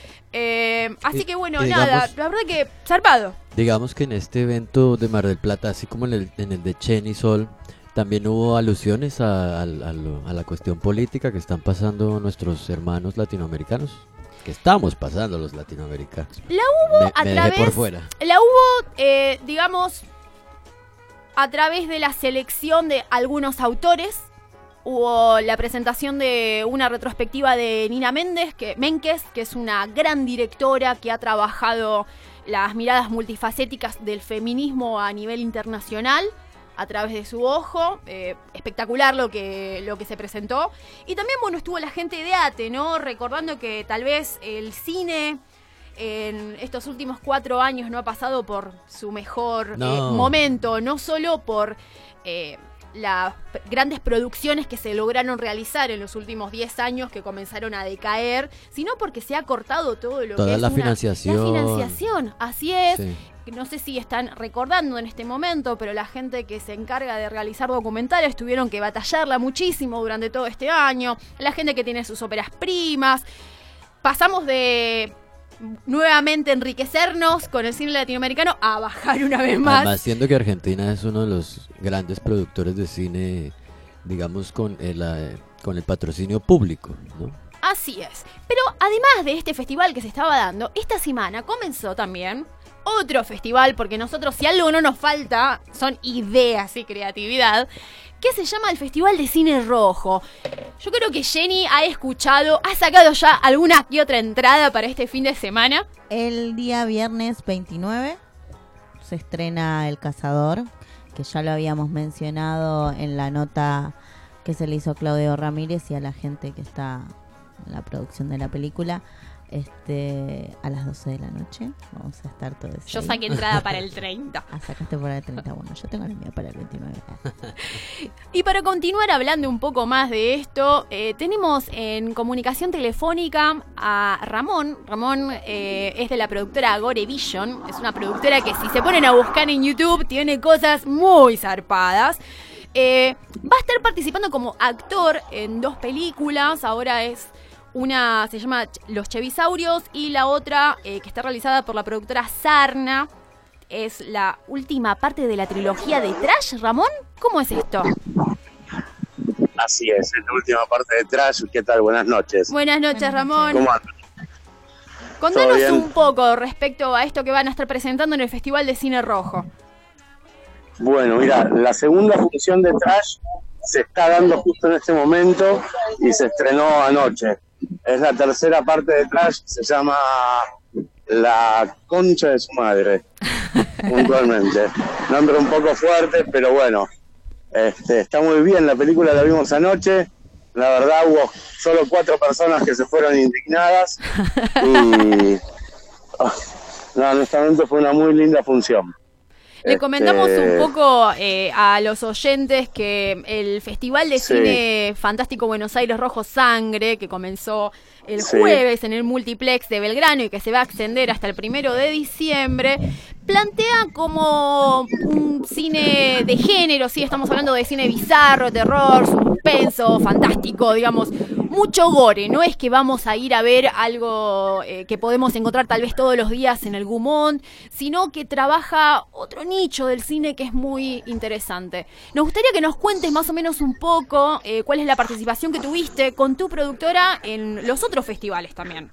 Así que bueno, nada, la verdad que zarpado. Digamos que en este evento de Mar del Plata, así como en el de Chen y Sol, también hubo alusiones a la cuestión política que están pasando nuestros hermanos latinoamericanos, que estamos pasando los latinoamericanos. La hubo a me través, dejé por fuera. la hubo, digamos, a través de la selección de algunos autores. Hubo la presentación de una retrospectiva de Nina Menkes, que es una gran directora que ha trabajado las miradas multifacéticas del feminismo a nivel internacional a través de su ojo. Espectacular lo que se presentó. Y también, bueno, estuvo la gente de ATE, ¿no? Recordando que tal vez el cine en estos últimos 4 años no ha pasado por su mejor momento, no solo por las grandes producciones que se lograron realizar en los últimos 10 años que comenzaron a decaer, sino porque se ha cortado todo lo que es la financiación. La financiación, así es. Sí. No sé si están recordando en este momento, pero la gente que se encarga de realizar documentales tuvieron que batallarla muchísimo durante todo este año. La gente que tiene sus óperas primas. Pasamos de nuevamente enriquecernos con el cine latinoamericano a bajar una vez más. Además, siendo que Argentina es uno de los grandes productores de cine, digamos, con el patrocinio público, ¿no? Así es. Pero además de este festival que se estaba dando, esta semana comenzó también otro festival, porque nosotros, si algo no nos falta, son ideas y creatividad, que se llama el Festival de Cine Rojo. Yo creo que Jenny ha sacado ya alguna que otra entrada para este fin de semana. El día viernes 29 se estrena El Cazador, que ya lo habíamos mencionado en la nota que se le hizo a Claudio Ramírez y a la gente que está en la producción de la película. A las 12 de la noche vamos a estar todos ahí. Yo saqué entrada para el 30. Sacaste para el 30. Bueno, yo tengo la mía para el 29. Y para continuar hablando un poco más de esto, tenemos en comunicación telefónica a Ramón. Ramón es de la productora Gore Vision. Es una productora que, si se ponen a buscar en YouTube, tiene cosas muy zarpadas. Va a estar participando como actor en 2 películas. Ahora una se llama Los Chevisaurios y la otra, que está realizada por la productora Sarna, es la última parte de la trilogía de Trash. Ramón, ¿cómo es esto? Así es la última parte de Trash. ¿Qué tal? Buenas noches. Buenas noches, Ramón. ¿Cómo andan? Contanos un poco respecto a esto que van a estar presentando en el Festival de Cine Rojo. Bueno, mira, la segunda función de Trash se está dando justo en este momento y se estrenó anoche. Es la tercera parte de Trash, se llama La concha de su madre, puntualmente. Nombre un poco fuerte, pero bueno, está muy bien. La película la vimos anoche. La verdad, hubo solo 4 personas que se fueron indignadas y honestamente fue una muy linda función. Le comentamos un poco a los oyentes que el Festival de Cine Fantástico Buenos Aires Rojo Sangre, que comenzó el jueves en el Multiplex de Belgrano y que se va a extender hasta el 1 de diciembre, plantea como un cine de género, sí, estamos hablando de cine bizarro, terror, suspenso, fantástico, digamos, mucho gore. No es que vamos a ir a ver algo que podemos encontrar tal vez todos los días en el Gaumont, sino que trabaja otro nicho del cine que es muy interesante. Nos gustaría que nos cuentes más o menos un poco cuál es la participación que tuviste con tu productora en los otros festivales también.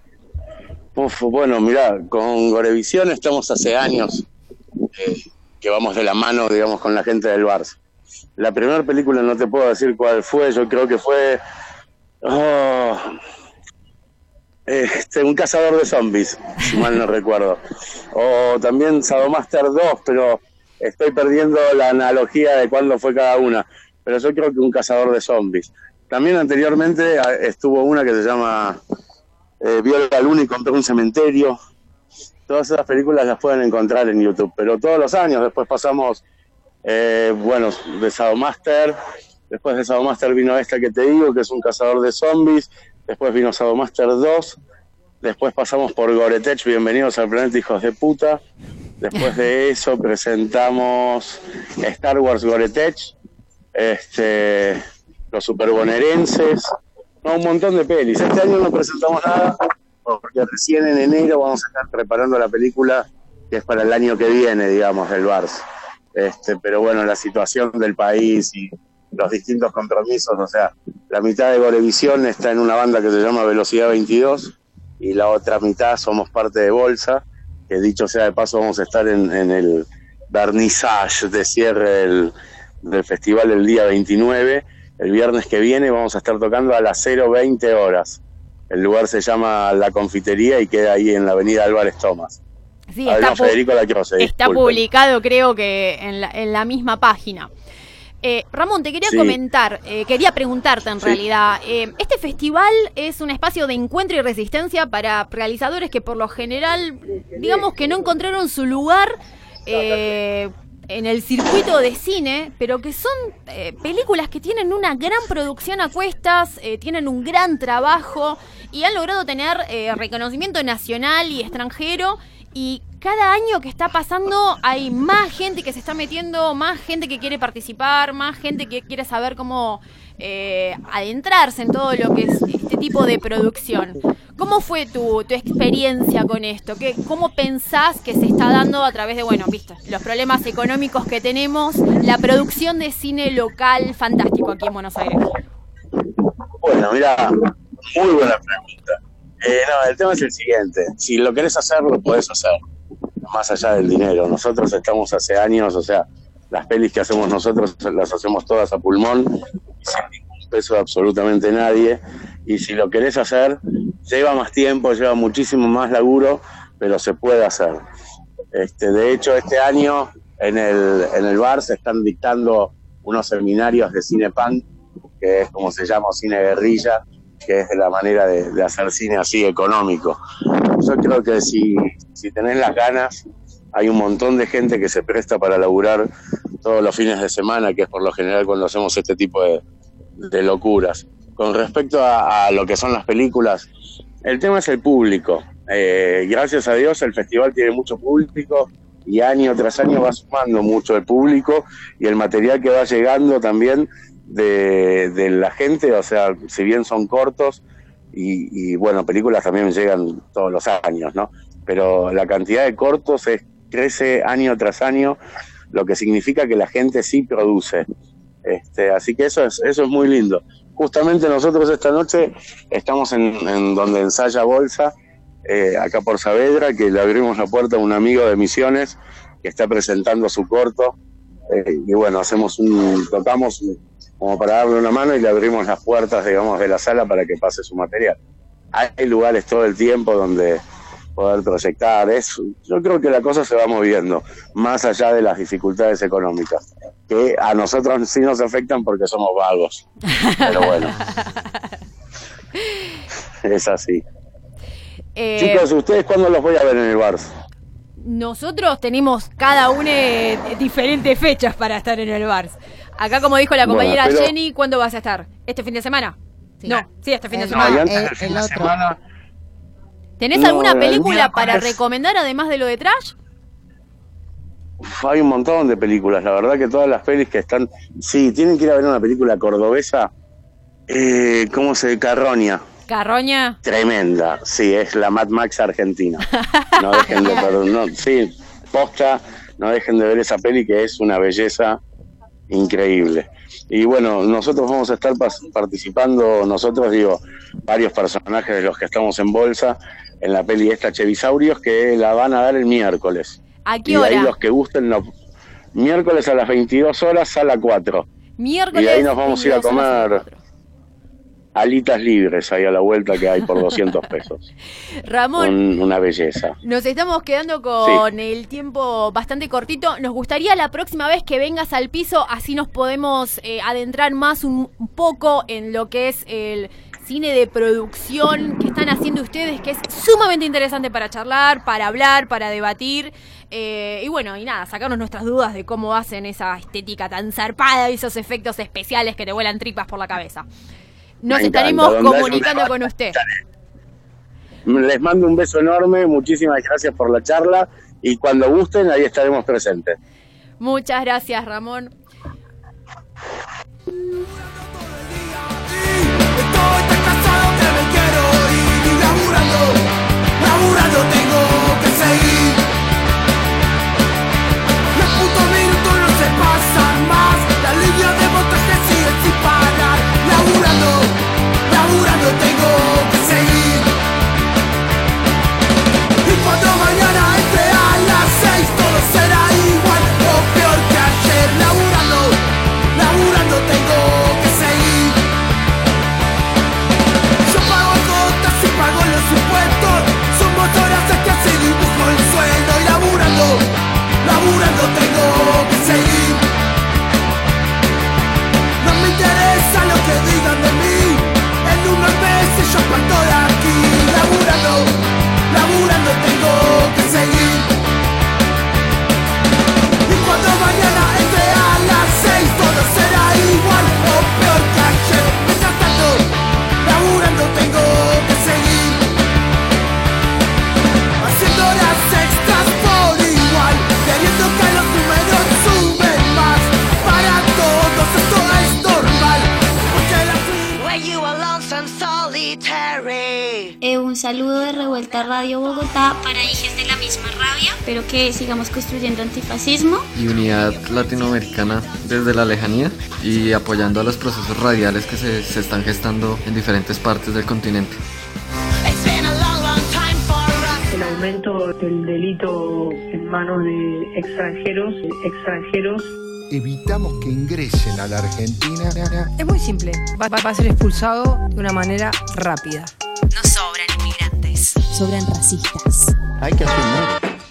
Bueno, mirá, con Gorevisión estamos hace años que vamos de la mano, digamos, con la gente del Barça. La primera película no te puedo decir cuál fue, yo creo que fue Un cazador de zombies, si mal no recuerdo. O también Sadomaster 2, pero estoy perdiendo la analogía de cuándo fue cada una. Pero yo creo que un cazador de zombies. También anteriormente estuvo una que se llama Vio la luna y compró un cementerio. Todas esas películas las pueden encontrar en YouTube, pero todos los años después pasamos, de Sadomaster. Después de Sadomaster vino esta que te digo, que es un cazador de zombies. Después vino Sadomaster 2. Después pasamos por Goretech, Bienvenidos al Planeta Hijos de Puta. Después de eso presentamos Star Wars Goretech, los superbonaerenses, un montón de pelis. Este año no presentamos nada porque recién en enero vamos a estar preparando la película que es para el año que viene, digamos, del Vars. Pero bueno, la situación del país y los distintos compromisos, o sea, la mitad de Gorevisión está en una banda que se llama Velocidad 22 y la otra mitad somos parte de Bolsa, que dicho sea de paso vamos a estar en el vernissage de cierre del festival el día 29. El viernes que viene vamos a estar tocando a las 0:20 horas. El lugar se llama La Confitería y queda ahí en la avenida Álvarez Thomas. Sí, está, Federico Lacroze, está publicado, creo que en la misma página. Ramón, te quería comentar, quería preguntarte en realidad, este festival es un espacio de encuentro y resistencia para realizadores que por lo general, digamos que no encontraron su lugar en el circuito de cine, pero que son películas que tienen una gran producción a cuestas, tienen un gran trabajo y han logrado tener reconocimiento nacional y extranjero. Y cada año que está pasando hay más gente que se está metiendo, más gente que quiere participar, más gente que quiere saber cómo adentrarse en todo lo que es este tipo de producción. ¿Cómo fue tu experiencia con esto? ¿Cómo pensás que se está dando a través de, viste, los problemas económicos que tenemos, la producción de cine local fantástico aquí en Buenos Aires? Bueno, mira, muy buena pregunta. El tema es el siguiente: si lo querés hacer, lo podés hacer, más allá del dinero. Nosotros estamos hace años, o sea, las pelis que hacemos nosotros las hacemos todas a pulmón, sin ningún peso de absolutamente nadie. Y si lo querés hacer, lleva más tiempo, lleva muchísimo más laburo, pero se puede hacer. De hecho, este año en el bar se están dictando unos seminarios de cine punk, que es como se llama, cine guerrilla, que es la manera de hacer cine así económico. Yo creo que si tenés las ganas, hay un montón de gente que se presta para laburar todos los fines de semana, que es por lo general cuando hacemos este tipo de locuras. Con respecto a lo que son las películas, el tema es el público. Gracias a Dios el festival tiene mucho público y año tras año va sumando mucho el público y el material que va llegando también de la gente, o sea, si bien son cortos y películas también llegan todos los años, ¿no? Pero la cantidad de cortos crece año tras año, lo que significa que la gente sí produce. Así que eso es muy lindo. Justamente nosotros esta noche estamos en donde ensaya Bolsa, acá por Saavedra, que le abrimos la puerta a un amigo de Misiones que está presentando su corto, y tocamos como para darle una mano y le abrimos las puertas, digamos, de la sala para que pase su material. Hay lugares todo el tiempo donde poder proyectar. Yo creo que la cosa se va moviendo, más allá de las dificultades económicas, que a nosotros sí nos afectan porque somos vagos. Pero bueno, es así. Chicos, ¿ustedes cuándo los voy a ver en el Vars? Nosotros tenemos cada uno diferentes fechas para estar en el Vars. Acá, como dijo la compañera Jenny, ¿cuándo vas a estar? ¿Este fin de semana? Sí. No, sí, este fin de semana. Y antes del fin de semana. ¿Tenés alguna película para recomendar además de lo de Trash? Hay un montón de películas, la verdad que todas las pelis que están... Sí, tienen que ir a ver una película cordobesa, ¿cómo se dice? ¿Carroña? Tremenda, sí, es la Mad Max argentina. No dejen de posta, no dejen de ver esa peli que es una belleza increíble. Y bueno, nosotros vamos a estar participando, varios personajes de los que estamos en Bolsa, en la peli esta Chevisaurios, que la van a dar el miércoles. ¿A qué hora? Y ahí los que gusten, miércoles a las 22 horas, sala 4. Miércoles. Y ahí nos vamos a ir a comer alitas libres ahí a la vuelta que hay por 200 pesos. Ramón, Una belleza. nos estamos quedando con el tiempo bastante cortito. Nos gustaría la próxima vez que vengas al piso, así nos podemos adentrar más un poco en lo que es el cine de producción que están haciendo ustedes, que es sumamente interesante para charlar, para hablar, para debatir. Y bueno, y nada, sacarnos nuestras dudas de cómo hacen esa estética tan zarpada y esos efectos especiales que te vuelan tripas por la cabeza. Nos estaremos comunicando con usted. Les mando un beso enorme, muchísimas gracias por la charla y cuando gusten ahí estaremos presentes. Muchas gracias, Ramón. Laburando tengo que seguir. Los putos minutos no se pasan más. La línea de montaje sigue sin parar. Laburando tengo que seguir. Y cuando mañana entre a las 6 todo será igual o peor que ayer. Laburando tengo que seguir. Yo pago cuotas y pago los impuestos. Horas es que así dibujo el sueldo y laburando tengo que seguir. No me interesa lo que digan de mí. En unos meses yo parto de aquí. Laburando tengo que seguir. Y cuando mañana entre a las 6 todo será igual o peor que ayer. Mientras tanto, laburando tengo que seguir. Haciendo horas extras por igual, queriendo que los números suben más. Para todos esto es normal, porque la Were you alone and solitary? Un saludo de Revuelta Radio Bogotá para Hijes de la Misma Rabia. Espero que sigamos construyendo antifascismo y unidad latinoamericana desde la lejanía y apoyando a los procesos radiales que se están gestando en diferentes partes del continente. El aumento del delito en manos de extranjeros. Evitamos que ingresen a la Argentina. Es muy simple, va a ser expulsado de una manera rápida. No sobran inmigrantes, sobran racistas. Hay que asumir.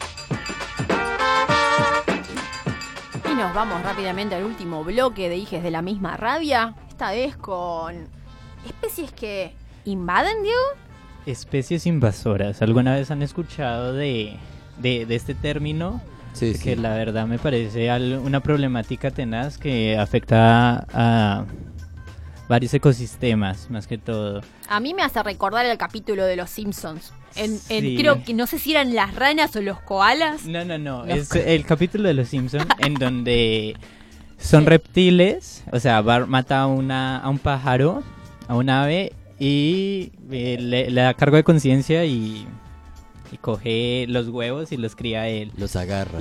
Y nos vamos rápidamente al último bloque de Hijes de la Misma Rabia. Esta vez con especies que invaden, Diego. Especies invasoras. ¿Alguna vez han escuchado de este término? Sí, que sí. La verdad me parece una problemática tenaz que afecta a varios ecosistemas, más que todo. A mí me hace recordar el capítulo de Los Simpsons. Sí. Creo que no sé si eran las ranas o los koalas. No. Es el capítulo de Los Simpsons en donde son reptiles, o sea, mata a un pájaro, a un ave, y le da cargo de conciencia y coge los huevos y los cría él. Los agarra.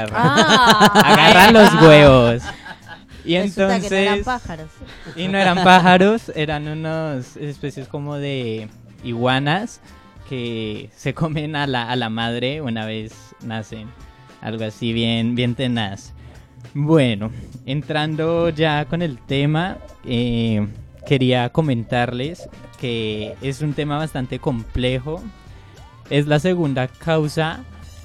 Agarran los huevos. Y Resulta entonces... que no eran pájaros. Y no eran pájaros, eran unas especies como de iguanas que se comen a la madre una vez nacen. Algo así bien tenaz. Bueno, entrando ya con el tema, quería comentarles que es un tema bastante complejo. Es la segunda causa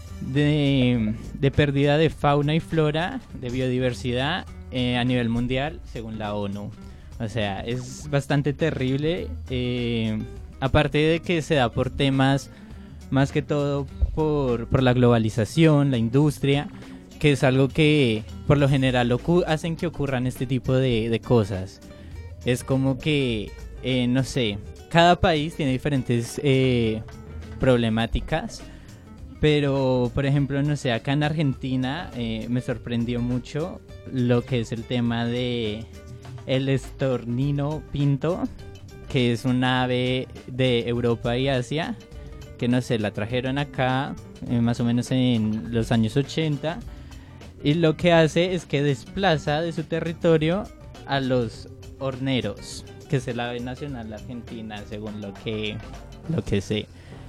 de pérdida de fauna y flora, de biodiversidad a nivel mundial, según la ONU. O sea, es bastante terrible. Aparte de que se da por temas, más que todo por la globalización, la industria, que es algo que por lo general hacen que ocurran este tipo de cosas. Es como que, no sé, cada país tiene diferentes problemáticas, pero por ejemplo, no sé, acá en Argentina me sorprendió mucho lo que es el tema de el estornino pinto, que es un ave de Europa y Asia, que no sé, la trajeron acá más o menos en los años 80, y lo que hace es que desplaza de su territorio a los horneros, que es el ave nacional argentina, según lo que sé.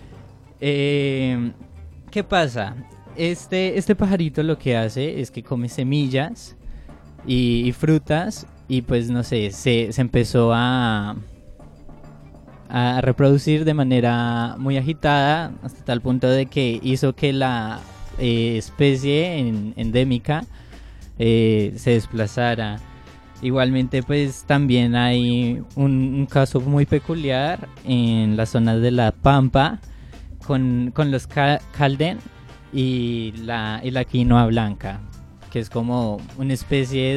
¿Qué pasa? Este pajarito lo que hace es que come semillas y frutas, y pues no sé, se empezó a a reproducir de manera muy agitada, hasta tal punto de que hizo que la especie endémica se desplazara. Igualmente, pues también hay un caso muy peculiar en las zonas de la Pampa con los calden y la quinoa blanca, que es como una especie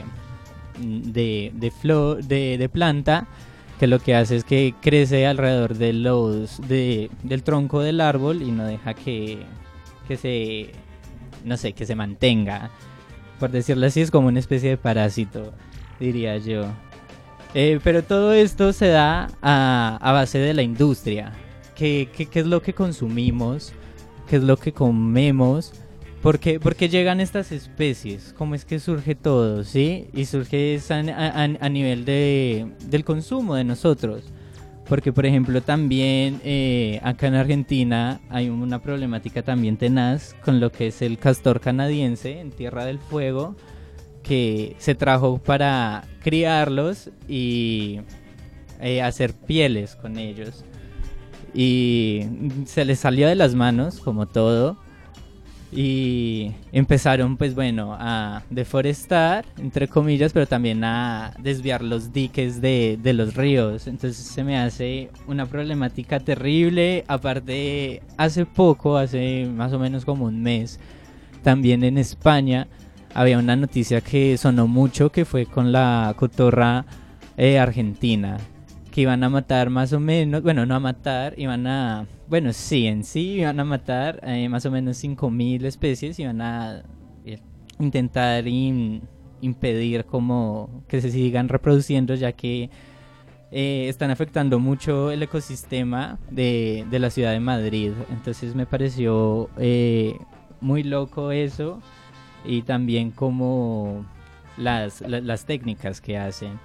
de flor, de planta, que lo que hace es que crece alrededor de del tronco del árbol y no deja que se mantenga. Por decirlo así, es como una especie de parásito, diría yo. Pero todo esto se da a base de la industria. ¿Qué es lo que consumimos? ¿Qué es lo que comemos? ¿Por qué llegan estas especies? ¿Cómo es que surge todo? ¿Sí? Y surge a nivel del consumo de nosotros. Porque, por ejemplo, también acá en Argentina hay una problemática también tenaz con lo que es el castor canadiense en Tierra del Fuego, que se trajo para criarlos y hacer pieles con ellos. Y se les salió de las manos, como todo. Y empezaron, pues bueno, a deforestar, entre comillas, pero también a desviar los diques de los ríos. Entonces se me hace una problemática terrible. Aparte, hace más o menos como un mes, también en España había una noticia que sonó mucho, que fue con la cotorra argentina, que iban a matar más o menos, bueno, no a matar, iban a matar más o menos 5.000 especies y van a intentar impedir como que se sigan reproduciendo, ya que están afectando mucho el ecosistema de la ciudad de Madrid. Entonces me pareció muy loco eso, y también como las técnicas que hacen.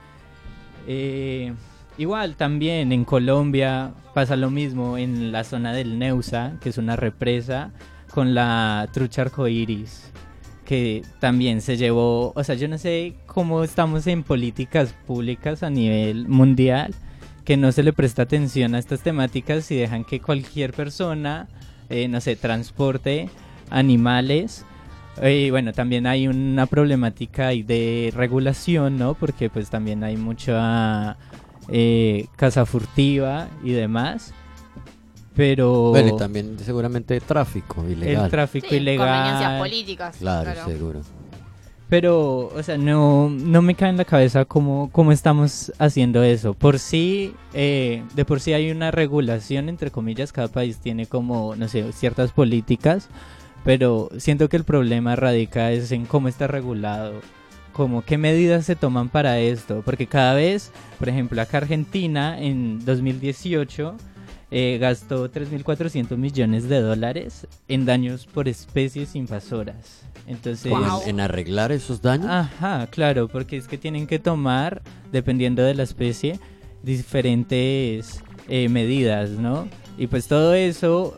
Igual también en Colombia pasa lo mismo en la zona del Neusa, que es una represa, con la trucha arcoíris, que también se llevó, o sea, yo no sé cómo estamos en políticas públicas a nivel mundial, que no se le presta atención a estas temáticas y dejan que cualquier persona, transporte animales. Y bueno, también hay una problemática ahí de regulación, ¿no? Porque pues también hay mucha caza furtiva y demás, pero bueno, y también seguramente tráfico ilegal. El tráfico ilegal, conveniencias políticas, claro, seguro. Pero, o sea, no me cae en la cabeza cómo estamos haciendo eso. De por sí hay una regulación, entre comillas, cada país tiene como, ciertas políticas, pero siento que el problema radica es en cómo está regulado. Como qué medidas se toman para esto, porque cada vez, por ejemplo, acá Argentina en 2018 gastó $3.400 millones en daños por especies invasoras. Entonces, ¿En arreglar esos daños? Ajá, claro, porque es que tienen que tomar, dependiendo de la especie, diferentes medidas, ¿no? Y pues todo eso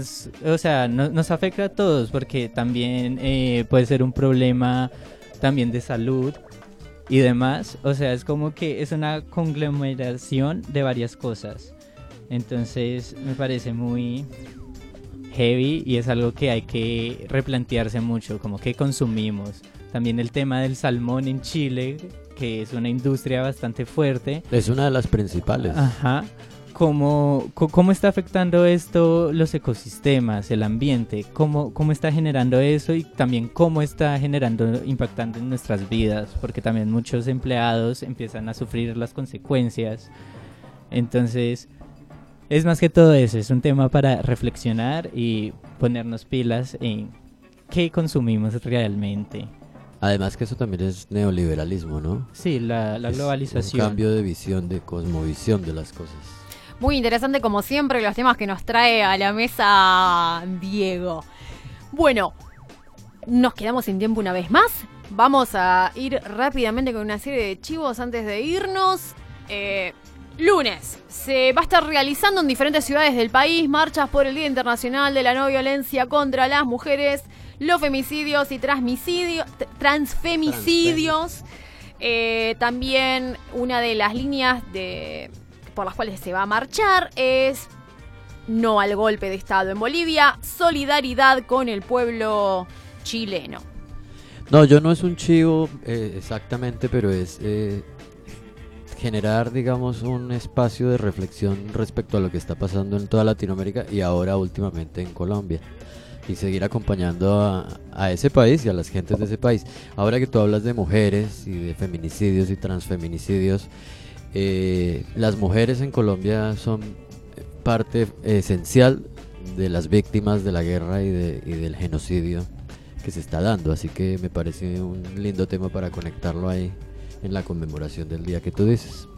nos afecta a todos, porque también puede ser un problema también de salud y demás. O sea, es como que es una conglomeración de varias cosas. Entonces me parece muy heavy y es algo que hay que replantearse mucho, como qué consumimos. También el tema del salmón en Chile, que es una industria bastante fuerte. Es una de las principales. Ajá. ¿Cómo está afectando esto los ecosistemas, el ambiente? ¿Cómo está generando eso? Y también cómo está impactando en nuestras vidas, porque también muchos empleados empiezan a sufrir las consecuencias. Entonces, es más que todo eso, es un tema para reflexionar y ponernos pilas en qué consumimos realmente. Además que eso también es neoliberalismo, ¿no? Sí, la globalización. Un cambio de visión, de cosmovisión de las cosas. Muy interesante, como siempre, los temas que nos trae a la mesa Diego. Bueno, nos quedamos sin tiempo una vez más. Vamos a ir rápidamente con una serie de chivos antes de irnos. Lunes, se va a estar realizando en diferentes ciudades del país marchas por el Día Internacional de la No Violencia contra las Mujeres, los femicidios y transfemicidios. También una de las líneas por las cuales se va a marchar es no al golpe de Estado en Bolivia, solidaridad con el pueblo chileno. No, yo no es un chivo exactamente, pero es generar, digamos, un espacio de reflexión respecto a lo que está pasando en toda Latinoamérica y ahora últimamente en Colombia. Y seguir acompañando a ese país y a las gentes de ese país. Ahora que tú hablas de mujeres y de feminicidios y transfeminicidios, las mujeres en Colombia son parte esencial de las víctimas de la guerra y del genocidio que se está dando. Así que me parece un lindo tema para conectarlo ahí en la conmemoración del día que tú dices.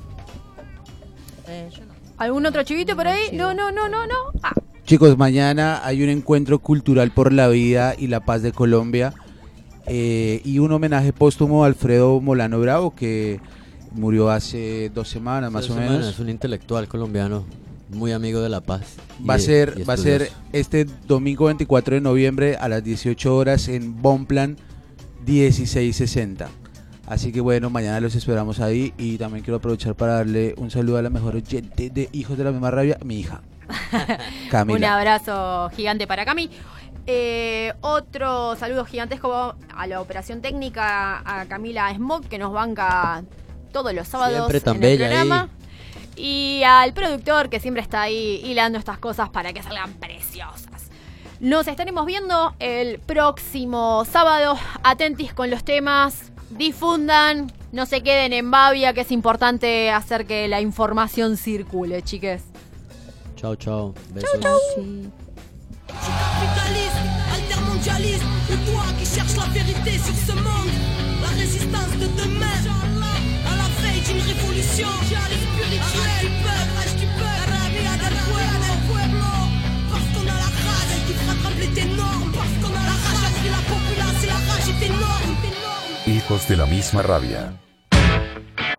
¿Algún otro chivito por ahí? No. Ah. Chicos, mañana hay un encuentro cultural por la vida y la paz de Colombia y un homenaje póstumo a Alfredo Molano Bravo, que murió hace 2 semanas más o menos. Es un intelectual colombiano muy amigo de la paz. Va a ser este domingo 24 de noviembre a las 18 horas en Bonplan 1660. Así que bueno, mañana los esperamos ahí y también quiero aprovechar para darle un saludo a la mejor oyente de Hijos de la Misma Rabia, mi hija. Camila. Un abrazo gigante para Cami. Otro saludo gigantesco a la operación técnica, a Camila Smog, que nos banca todos los sábados siempre tan en bella el programa. Ahí. Y al productor, que siempre está ahí hilando estas cosas para que salgan preciosas. Nos estaremos viendo el próximo sábado. Atentis con los temas, difundan, no se queden en babia, que es importante hacer que la información circule, chiques. Ciao, ciao. Besos. Ciao. Capitaliste, altermondialiste, ou toi qui cherches la vérité sur ce monde, la résistance de demain, à la veille d'une révolution spirituelle, rage du peuple, del pueblo, parce qu'on a la rage qui fera trembler tes normes, parce qu'on a la rage a pris la populace et la rage est énorme. Hijos de la Misma Rabia.